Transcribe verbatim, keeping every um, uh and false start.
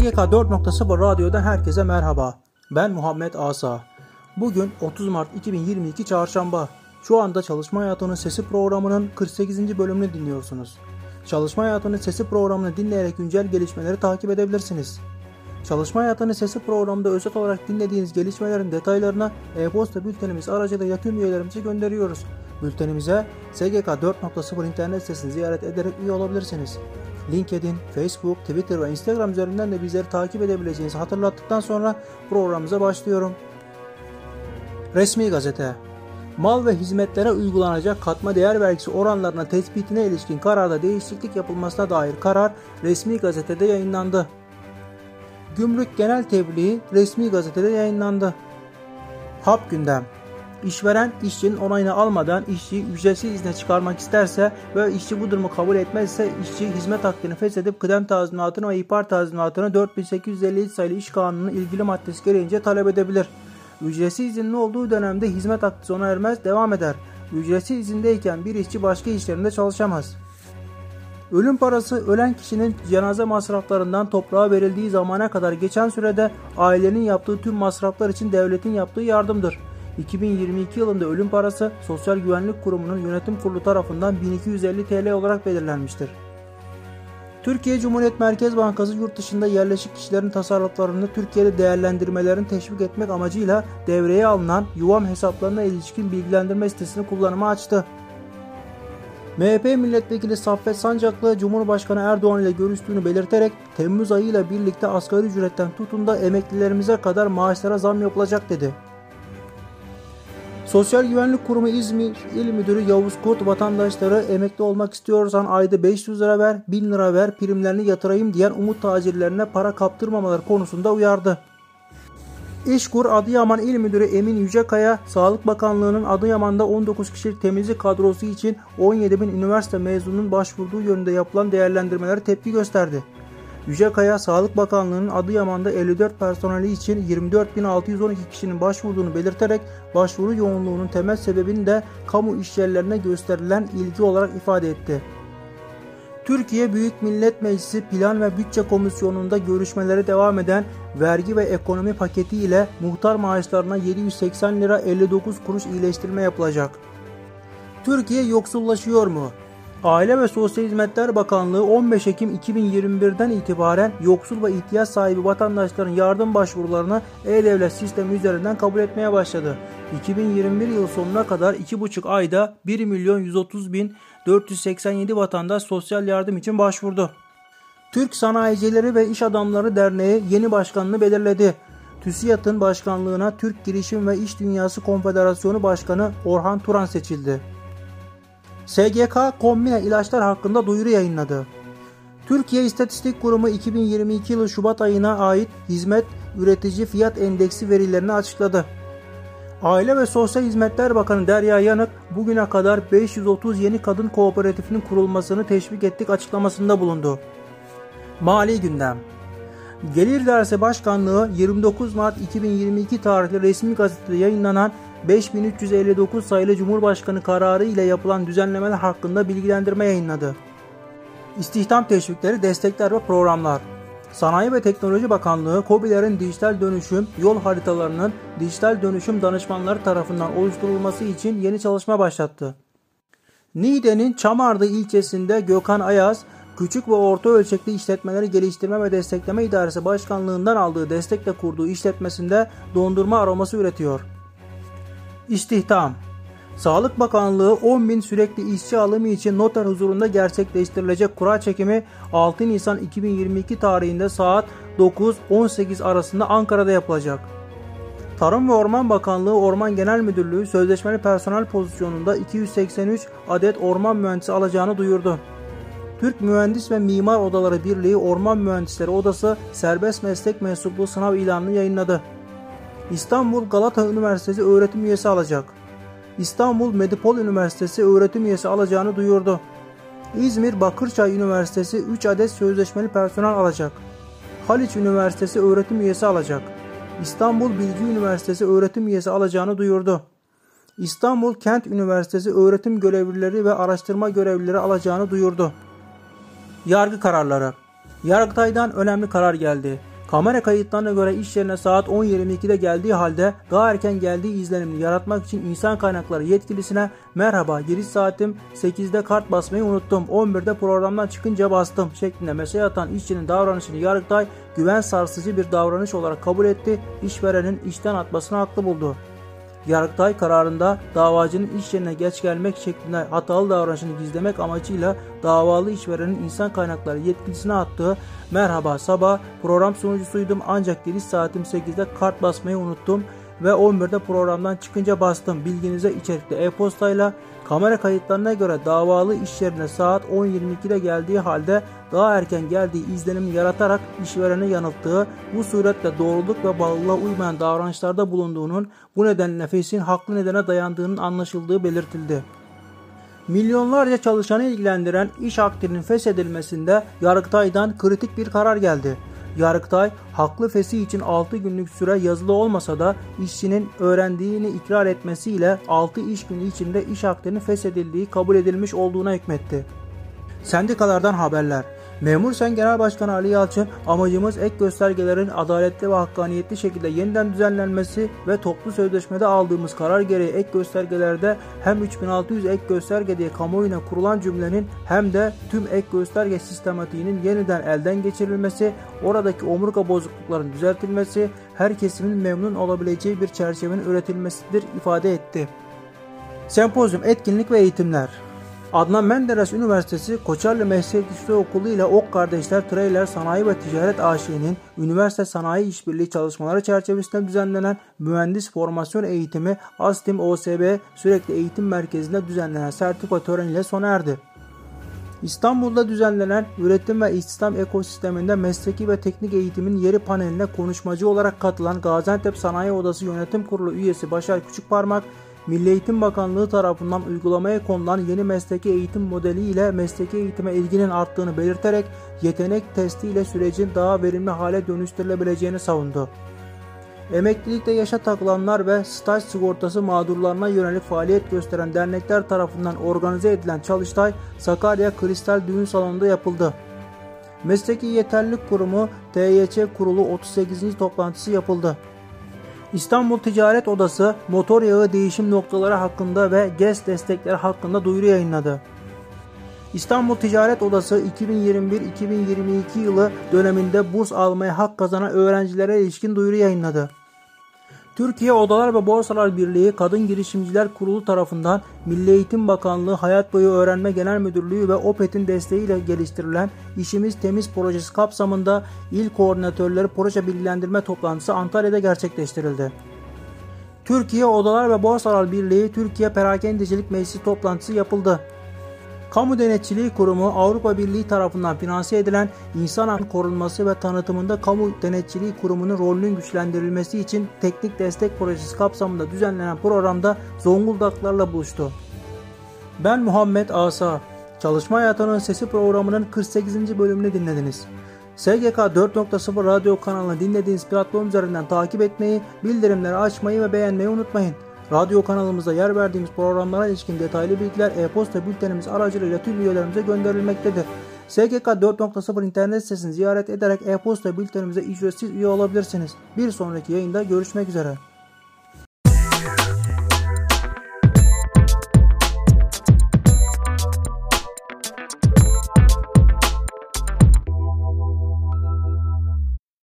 K dört nokta sıfır Radyo'dan herkese merhaba. Ben Muhammed Asa. Bugün otuz Mart iki bin yirmi iki Çarşamba. Şu anda Çalışma Hayatının Sesi programının kırk sekizinci bölümünü dinliyorsunuz. Çalışma Hayatının Sesi programını dinleyerek güncel gelişmeleri takip edebilirsiniz. Çalışma Hayatının Sesi programında özet olarak dinlediğiniz gelişmelerin detaylarına e-posta bültenimiz aracılığıyla tüm üyelerimize gönderiyoruz. Bültenimize S G K dört nokta sıfır internet sitesini ziyaret ederek üye olabilirsiniz. LinkedIn, Facebook, Twitter ve Instagram üzerinden de bizleri takip edebileceğinizi hatırlattıktan sonra programımıza başlıyorum. Resmi Gazete. Mal ve hizmetlere uygulanacak katma değer vergisi oranlarına tespitine ilişkin kararda değişiklik yapılmasına dair karar Resmi Gazete'de yayınlandı. Gümrük Genel Tebliği Resmi Gazete'de yayınlandı. Hap gündem. İşveren işçinin onayını almadan işçiyi ücretsiz izne çıkarmak isterse ve işçi bu durumu kabul etmezse işçi hizmet hakkını feshedip kıdem tazminatını ve ihbar tazminatını dört bin sekiz yüz elli yedi sayılı İş Kanunu'nun ilgili maddesi gereğince talep edebilir. Ücretsiz izinli olduğu dönemde hizmet hakkı sona ermez, devam eder. Ücretsiz izindeyken bir işçi başka işlerinde çalışamaz. Ölüm parası ölen kişinin cenaze masraflarından toprağa verildiği zamana kadar geçen sürede ailenin yaptığı tüm masraflar için devletin yaptığı yardımdır. iki bin yirmi iki yılında ölüm parası Sosyal Güvenlik Kurumu'nun yönetim kurulu tarafından bin iki yüz elli T L olarak belirlenmiştir. Türkiye Cumhuriyet Merkez Bankası yurt dışında yerleşik kişilerin tasarruflarını Türkiye'de değerlendirmelerini teşvik etmek amacıyla devreye alınan Yuvam hesaplarına ilişkin bilgilendirme sitesini kullanıma açtı. M H P Milletvekili Saffet Sancaklı, Cumhurbaşkanı Erdoğan ile görüştüğünü belirterek Temmuz ayıyla birlikte asgari ücretten tutun da emeklilerimize kadar maaşlara zam yapılacak dedi. Sosyal Güvenlik Kurumu İzmir İl Müdürü Yavuz Kurt, vatandaşları emekli olmak istiyorsan ayda beş yüz lira ver, bin lira ver, primlerini yatırayım diyen umut tacirlerine para kaptırmamaları konusunda uyardı. İşkur Adıyaman İl Müdürü Emin Yücekaya, Sağlık Bakanlığı'nın Adıyaman'da on dokuz kişilik temizlik kadrosu için on yedi bin üniversite mezununun başvurduğu yönünde yapılan değerlendirmelere tepki gösterdi. Yücekaya, Sağlık Bakanlığı'nın Adıyaman'da elli dört personeli için yirmi dört bin altı yüz on iki kişinin başvurduğunu belirterek başvuru yoğunluğunun temel sebebini de kamu işyerlerine gösterilen ilgi olarak ifade etti. Türkiye Büyük Millet Meclisi Plan ve Bütçe Komisyonu'nda görüşmelere devam eden vergi ve ekonomi paketi ile muhtar maaşlarına yedi yüz seksen lira elli dokuz kuruş iyileştirme yapılacak. Türkiye yoksullaşıyor mu? Aile ve Sosyal Hizmetler Bakanlığı on beş Ekim iki bin yirmi bir'den itibaren yoksul ve ihtiyaç sahibi vatandaşların yardım başvurularını e-Devlet sistemi üzerinden kabul etmeye başladı. iki bin yirmi bir yıl sonuna kadar iki buçuk ayda bir milyon yüz otuz bin dört yüz seksen yedi vatandaş sosyal yardım için başvurdu. Türk Sanayicileri ve İş Adamları Derneği yeni başkanını belirledi. TÜSİAD'ın başkanlığına Türk Girişim ve İş Dünyası Konfederasyonu Başkanı Orhan Turan seçildi. S G K kombine ilaçlar hakkında duyuru yayınladı. Türkiye İstatistik Kurumu iki bin yirmi iki yılı Şubat ayına ait hizmet üretici fiyat endeksi verilerini açıkladı. Aile ve Sosyal Hizmetler Bakanı Derya Yanık, bugüne kadar beş yüz otuz yeni kadın kooperatifinin kurulmasını teşvik ettik açıklamasında bulundu. Mali gündem. Gelir İdaresi Başkanlığı yirmi dokuz Mart iki bin yirmi iki tarihli resmi gazetede yayınlanan beş bin üç yüz elli dokuz sayılı Cumhurbaşkanı kararı ile yapılan düzenlemeler hakkında bilgilendirme yayınladı. İstihdam teşvikleri, destekler ve programlar. Sanayi ve Teknoloji Bakanlığı, KOBİ'lerin dijital dönüşüm yol haritalarının dijital dönüşüm danışmanları tarafından oluşturulması için yeni çalışma başlattı. Niğde'nin Çamardı ilçesinde Gökhan Ayaz, Küçük ve orta ölçekli işletmeleri geliştirme ve destekleme idaresi başkanlığından aldığı destekle kurduğu işletmesinde dondurma aroması üretiyor. İstihdam. Sağlık Bakanlığı on bin sürekli işçi alımı için noter huzurunda gerçekleştirilecek kura çekimi altı Nisan iki bin yirmi iki tarihinde saat dokuz on sekiz arasında Ankara'da yapılacak. Tarım ve Orman Bakanlığı Orman Genel Müdürlüğü sözleşmeli personel pozisyonunda iki yüz seksen üç adet orman mühendisi alacağını duyurdu. Türk Mühendis ve Mimar Odaları Birliği Orman Mühendisleri Odası serbest meslek mensupluğu sınav ilanını yayınladı. İstanbul Galata Üniversitesi öğretim üyesi alacak. İstanbul Medipol Üniversitesi öğretim üyesi alacağını duyurdu. İzmir Bakırçay Üniversitesi üç adet sözleşmeli personel alacak. Haliç Üniversitesi öğretim üyesi alacak. İstanbul Bilgi Üniversitesi öğretim üyesi alacağını duyurdu. İstanbul Kent Üniversitesi öğretim görevlileri ve araştırma görevlileri alacağını duyurdu. Yargı kararları. Yargıtay'dan önemli karar geldi. Kamera kayıtlarına göre iş yerine saat on yirmi ikide geldiği halde daha erken geldiği izlenimini yaratmak için insan kaynakları yetkilisine "Merhaba, giriş saatim sekizde, kart basmayı unuttum, on birde programdan çıkınca bastım" şeklinde mesaj atan işçinin davranışını Yargıtay güven sarsıcı bir davranış olarak kabul etti, işverenin işten atmasını haklı buldu. Yargıtay kararında davacının iş yerine geç gelmek şeklinde hatalı davranışını gizlemek amacıyla davalı işverenin insan kaynakları yetkilisine attığı "Merhaba, sabah program sunucusuydum ancak giriş saatim sekizde, kart basmayı unuttum ve on birde programdan çıkınca bastım, bilginize" içerikli e-postayla kamera kayıtlarına göre davalı iş yerine saat on yirmi ikide geldiği halde daha erken geldiği izlenimini yaratarak işvereni yanılttığı, bu suretle doğruluk ve bağlılığa uymayan davranışlarda bulunduğunun, bu nedenle feshin haklı nedene dayandığının anlaşıldığı belirtildi. Milyonlarca çalışanı ilgilendiren iş akdinin feshedilmesinde Yargıtay'dan kritik bir karar geldi. Yargıtay, haklı fesih için altı günlük süre yazılı olmasa da işçinin öğrendiğini ikrar etmesiyle altı iş günü içinde iş akdinin feshedildiği kabul edilmiş olduğuna hükmetti. Sendikalardan haberler. Memur Sen Genel Başkanı Ali Yalçın, "Amacımız ek göstergelerin adaletli ve hakkaniyetli şekilde yeniden düzenlenmesi ve toplu sözleşmede aldığımız karar gereği ek göstergelerde hem üç bin altı yüz ek gösterge diye kamuoyuna kurulan cümlenin hem de tüm ek gösterge sistematiğinin yeniden elden geçirilmesi, oradaki omurga bozuklukların düzeltilmesi, her kesimin memnun olabileceği bir çerçevenin üretilmesidir" ifade etti. Sempozyum, etkinlik ve eğitimler. Adnan Menderes Üniversitesi Koçarlı Meslek Yüksekokulu ile Ok Kardeşler Trailer Sanayi ve Ticaret A Ş'nin üniversite sanayi işbirliği çalışmaları çerçevesinde düzenlenen mühendis formasyon eğitimi ASTİM O S B Sürekli Eğitim Merkezi'nde düzenlenen sertifika töreniyle sona erdi. İstanbul'da düzenlenen üretim ve istihdam ekosisteminde mesleki ve teknik eğitimin yeri paneline konuşmacı olarak katılan Gaziantep Sanayi Odası Yönetim Kurulu üyesi Başar Küçükparmak, Milli Eğitim Bakanlığı tarafından uygulamaya konulan yeni mesleki eğitim modeli ile mesleki eğitime ilginin arttığını belirterek yetenek testi ile sürecin daha verimli hale dönüştürülebileceğini savundu. Emeklilikte yaşa takılanlar ve staj sigortası mağdurlarına yönelik faaliyet gösteren dernekler tarafından organize edilen çalıştay Sakarya Kristal Düğün Salonu'nda yapıldı. Mesleki Yeterlilik Kurumu T Y Ç Kurulu otuz sekizinci toplantısı yapıldı. İstanbul Ticaret Odası motor yağı değişim noktaları hakkında ve GES destekleri hakkında duyuru yayınladı. İstanbul Ticaret Odası iki bin yirmi bir iki bin yirmi iki yılı döneminde burs almaya hak kazanan öğrencilere ilişkin duyuru yayınladı. Türkiye Odalar ve Borsalar Birliği Kadın Girişimciler Kurulu tarafından Milli Eğitim Bakanlığı Hayat Boyu Öğrenme Genel Müdürlüğü ve OPET'in desteğiyle geliştirilen İşimiz Temiz projesi kapsamında İl Koordinatörleri Proje Bilgilendirme Toplantısı Antalya'da gerçekleştirildi. Türkiye Odalar ve Borsalar Birliği Türkiye Perakendecilik Meclisi toplantısı yapıldı. Kamu Denetçiliği Kurumu Avrupa Birliği tarafından finanse edilen insan hakları korunması ve tanıtımında Kamu Denetçiliği Kurumu'nun rolünün güçlendirilmesi için teknik destek projesi kapsamında düzenlenen programda Zonguldaklarla buluştu. Ben Muhammed Asa. Çalışma Hayatının Sesi programının kırk sekizinci bölümünü dinlediniz. S G K dört nokta sıfır radyo kanalını dinlediğiniz platform üzerinden takip etmeyi, bildirimleri açmayı ve beğenmeyi unutmayın. Radyo kanalımızda yer verdiğimiz programlara ilişkin detaylı bilgiler e-posta bültenimiz aracılığıyla tüm üyelerimize gönderilmektedir. S G K dört nokta sıfır internet sitesini ziyaret ederek e-posta bültenimize ücretsiz üye olabilirsiniz. Bir sonraki yayında görüşmek üzere.